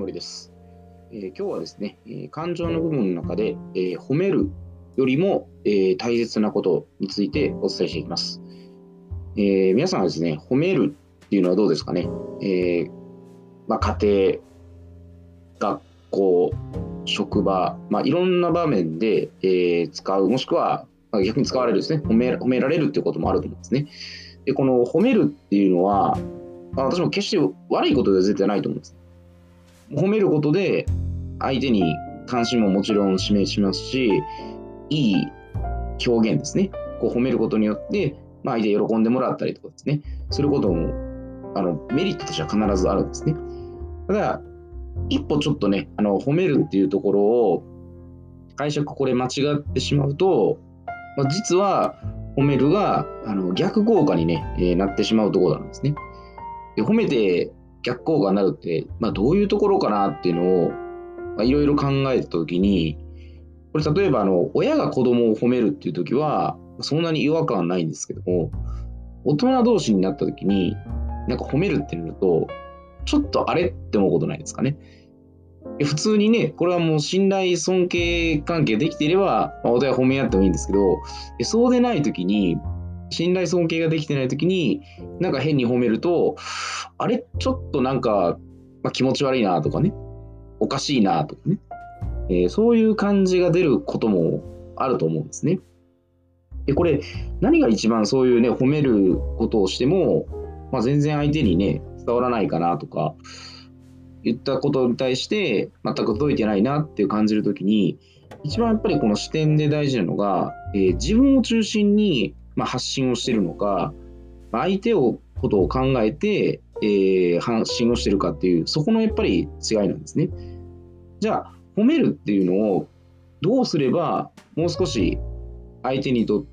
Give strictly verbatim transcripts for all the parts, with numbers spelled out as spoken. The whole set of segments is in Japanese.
森です。えー今日はですね、えー感情の部分の中で、えー褒めるよりも、えー大切なことについてお伝えしていきます。えー皆さんはですね、褒めるっていうのはどうですかね。えーまあ、家庭、学校、職場、まあ、いろんな場面で、えー使う、もしくは、まあ逆に使われるですね、褒め、褒められるっていうこともあると思うんですね。で、この褒めるっていうのは、まあ私も決して悪いことでは絶対ないと思うんです。褒めることで相手に関心ももちろん示しますし、いい表現ですね。こう褒めることによって、まあ、相手に喜んでもらったりとかですね、することもあのメリットとしては必ずあるんですね。ただ、一歩ちょっとね、あの褒めるっていうところを解釈これ間違ってしまうと、まあ、実は褒めるがあの逆効果に、ねえーなってしまうところなんですね。で褒めて逆効果になるって、まあ、どういうところかなっていうのをいろいろ考えたときに、これ例えばあの親が子供を褒めるっていうときはそんなに違和感はないんですけども、大人同士になったときになんか褒めるってなるとちょっとあれって思うことないですかね。普通にね、これはもう信頼尊敬関係できていれば、まあ、お互い褒め合ってもいいんですけど、そうでないときに、信頼尊敬ができてないときに、なんか変に褒めると、あれちょっとなんか、まあ、気持ち悪いなとかね、おかしいなとかね、えーそういう感じが出ることもあると思うんですね。で、これ、何が一番そういうね、褒めることをしても、まあ、全然相手にね、伝わらないかなとか、言ったことに対して全く届いてないなっていう感じるときに、一番やっぱりこの視点で大事なのが、えー自分を中心に、まあ、発信をしているのか、相手をことを考えて、えー発信をしているかっていう、そこのやっぱり違いなんですね。じゃあ、褒めるっていうのをどうすれば、もう少し相手にとって、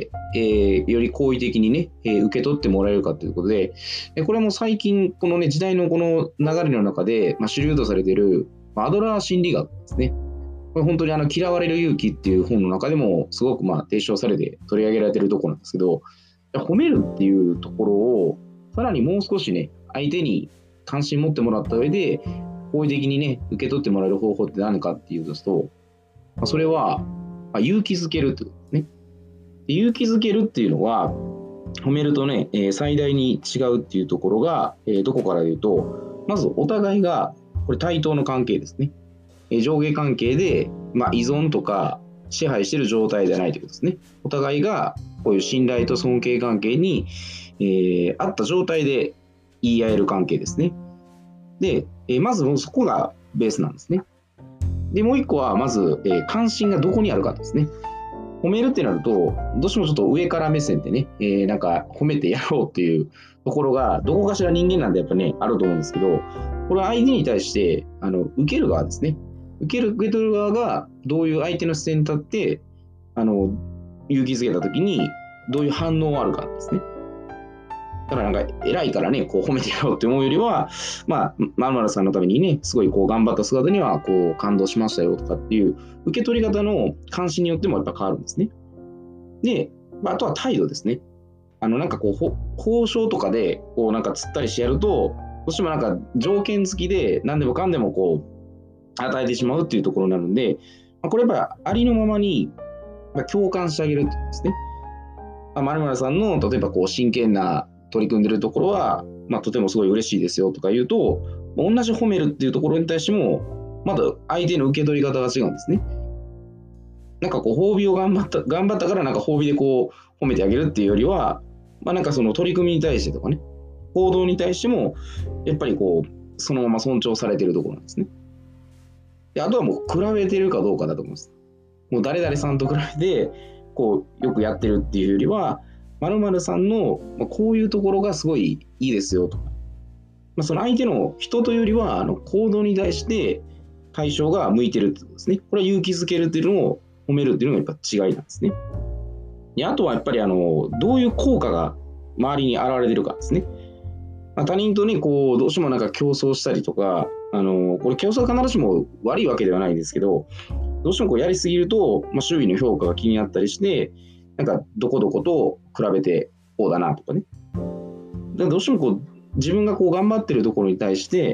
えーより好意的にね、えー受け取ってもらえるかということで、えこれも最近、このね、時代のこの流れの中で、まあ、主流とされている、まあアドラー心理学ですね。これ本当にあの嫌われる勇気っていう本の中でもすごくまあ提唱されて取り上げられているところなんですけど、褒めるっていうところをさらにもう少しね、相手に関心持ってもらった上で、好意的にね、受け取ってもらえる方法って何かっていうと、まあそれは、まあ、勇気づけるってことですね。で勇気づけるっていうのは、褒めるとね、えー最大に違うっていうところが、えーどこから言うと、まずお互いが、これ対等の関係ですね。えー上下関係で、まあ、依存とか支配している状態ではないということですね。お互いがこういう信頼と尊敬関係に、えーあった状態で言い合える関係ですね。で、えーまずそこがベースなんですね。で、もう一個は、まず、えー関心がどこにあるかですね。褒めるってなると、どうしてもちょっと上から目線でね、えーなんか褒めてやろうっていうところが、どこかしら人間なんでやっぱね、あると思うんですけど、これは相手に対して、あの、受ける側ですね。受ける、受け取る側が、どういう相手の視点に立って、あの、勇気づけたときに、どういう反応があるかですね。だからなんか偉いからね、こう褒めてやろうって思うよりは、まあ、まるまるさんのためにね、すごいこう頑張った姿にはこう感動しましたよとかっていう受け取り方の関心によってもやっぱ変わるんですね。で、まあ、あとは態度ですね。あのなんかこう交渉とかでこうなんか釣ったりしてやると、どうしてもなんか条件付きで何でもかんでもこう与えてしまうっていうところになるんで、まあ、これやっぱありのままにまあ共感してあげるってことですね。まるまるさんの例えばこう真剣な取り組んでるところは、まあ、とてもすごい嬉しいですよとか言うと、同じ褒めるっていうところに対しても、まだ相手の受け取り方が違うんですね。なんかこう、褒美を頑張った、頑張ったからなんか褒美でこう、褒めてあげるっていうよりは、まあなんかその取り組みに対してとかね、行動に対しても、やっぱりこう、そのまま尊重されてるところなんですね。で、あとはもう比べてるかどうかだと思います。もう誰々さんと比べて、こう、よくやってるっていうよりは、〇〇さんの、まあ、こういうところがすごいいいですよとか、まあ、その相手の人というよりは、あの行動に対して対象が向いてるってことですね。これは勇気づけるっていうのを褒めるっていうのがやっぱ違いなんですね。で、あとはやっぱりあの、どういう効果が周りに現れてるかですね。まあ、他人とね、こう、どうしてもなんか競争したりとか、あの、これ競争は必ずしも悪いわけではないんですけど、どうしてもこうやりすぎると、まあ、周囲の評価が気になったりして、なんかどこどこと比べてこうだなとかね。だからどうしてもこう自分がこう頑張ってるところに対して、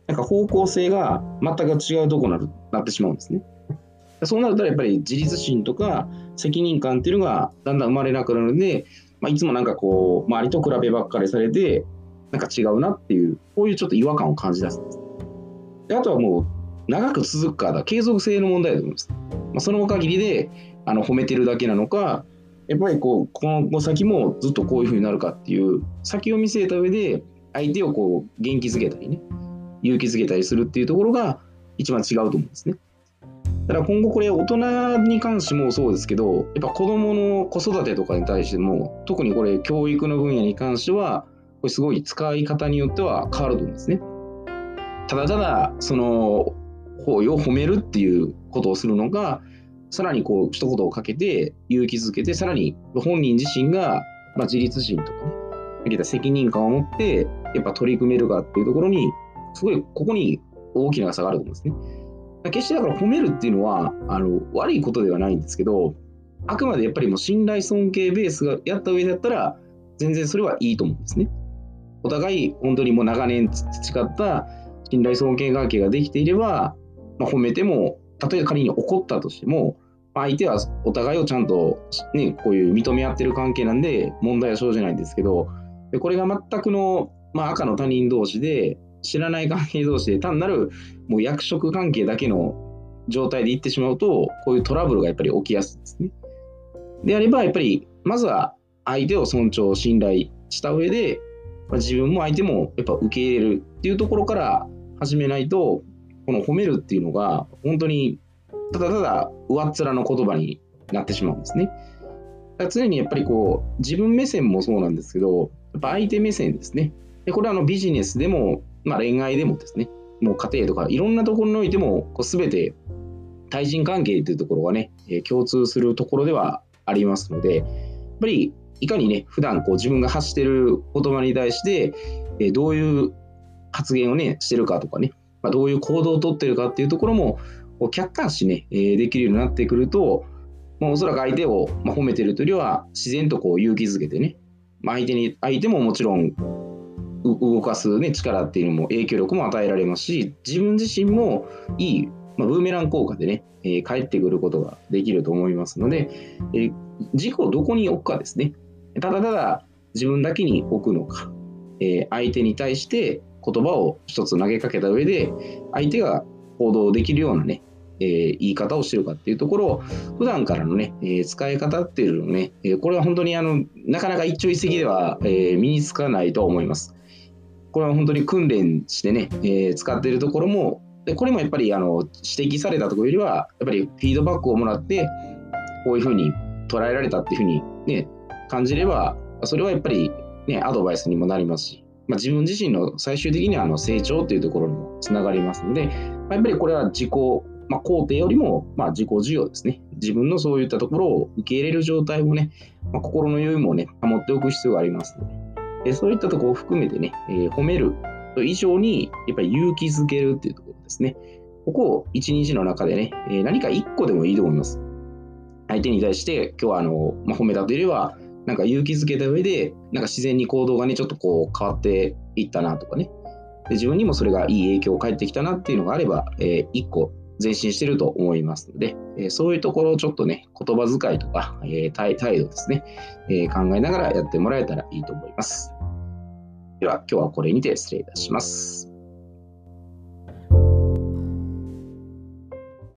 なんか方向性が全く違うところになってしまうんですね。そうなるとやっぱり自立心とか責任感っていうのがだんだん生まれなくなるので、まあ、いつもなんかこう周りと比べばっかりされてなんか違うなっていうこういうちょっと違和感を感じ出すんです。であとはもう長く続くかだ継続性の問題だと思います。まあ、その限りであの褒めてるだけなのかやっぱりこうこの先もずっとこういう風になるかっていう先を見据えた上で相手をこう元気づけたりね勇気づけたりするっていうところが一番違うと思うんですね。だから今後これ大人に関してもそうですけどやっぱ子どもの子育てとかに対しても特にこれ教育の分野に関してはこれすごい使い方によっては変わると思うんですね。ただただその方位を褒めるっていうことをするのがさらにこう一言をかけて勇気づけてさらに本人自身がまあ自立心とかね責任感を持ってやっぱ取り組めるかっていうところにすごいここに大きな差があると思うんですね。決してだから褒めるっていうのはあの悪いことではないんですけどあくまでやっぱりもう信頼尊敬ベースがやった上だったら全然それはいいと思うんですね。お互い本当にもう長年培った信頼尊敬関係ができていれば、まあ、褒めてもたとえ仮に怒ったとしても相手はお互いをちゃんと、ね、こういう認め合ってる関係なんで問題は生じないんですけどでこれが全くの、まあ、赤の他人同士で知らない関係同士で単なるもう役職関係だけの状態でいってしまうとこういうトラブルがやっぱり起きやすいんですね。であればやっぱりまずは相手を尊重信頼した上で自分も相手もやっぱ受け入れるっていうところから始めないとこの褒めるっていうのが本当にただただ上っ面の言葉になってしまうんですね。だから常にやっぱりこう自分目線もそうなんですけどやっぱ相手目線ですね。でこれはあのビジネスでもまあ、恋愛でもですね、もう家庭とかいろんなところにおいてもこう全て対人関係というところがね、えー、共通するところではありますので、やっぱりいかにね、普段こう自分が発している言葉に対して、えー、どういう発言をね、してるかとかね、まあ、どういう行動をとっているかっていうところもこう客観視ね、えー、できるようになってくると、まあ、おそらく相手を、まあ、褒めているというよりは自然とこう勇気づけてね、まあ、相手に相手ももちろん動かす、ね、力っていうのも影響力も与えられますし自分自身もいい、まあ、ブーメラン効果でね、えー、返ってくることができると思いますので、えー、軸をどこに置くかですね。ただただ自分だけに置くのか、えー、相手に対して言葉を一つ投げかけた上で相手が行動できるようなね、えー、言い方をしているかっていうところを普段からのね、えー、使い方っていうのね、えー、これは本当にあのなかなか一朝一夕では、えー、身につかないと思います。これは本当に訓練してね、えー、使っているところもでこれもやっぱりあの指摘されたところよりはやっぱりフィードバックをもらってこういうふうに捉えられたっていうふうに、ね、感じればそれはやっぱり、ね、アドバイスにもなりますし、まあ、自分自身の最終的にはあの成長というところにもつながりますので、まあ、やっぱりこれは自己、まあ、肯定よりも、まあ、自己需要ですね。自分のそういったところを受け入れる状態をね、まあ、心の余裕もね保っておく必要がありますので。そういったところを含めてね、えー、褒める以上にやっぱり勇気づけるっていうところですね。ここを一日の中でね、えー、何か一個でもいいと思います。相手に対して今日はあの、まあ、褒めたというよりはなんか勇気づけた上でなんか自然に行動がねちょっとこう変わっていったなとかね、で自分にもそれがいい影響を返ってきたなっていうのがあれば、えー、一個前進してると思いますので、えー、そういうところをちょっとね言葉遣いとか、えー、態度ですね、えー、考えながらやってもらえたらいいと思います。では今日はこれにて失礼いたします。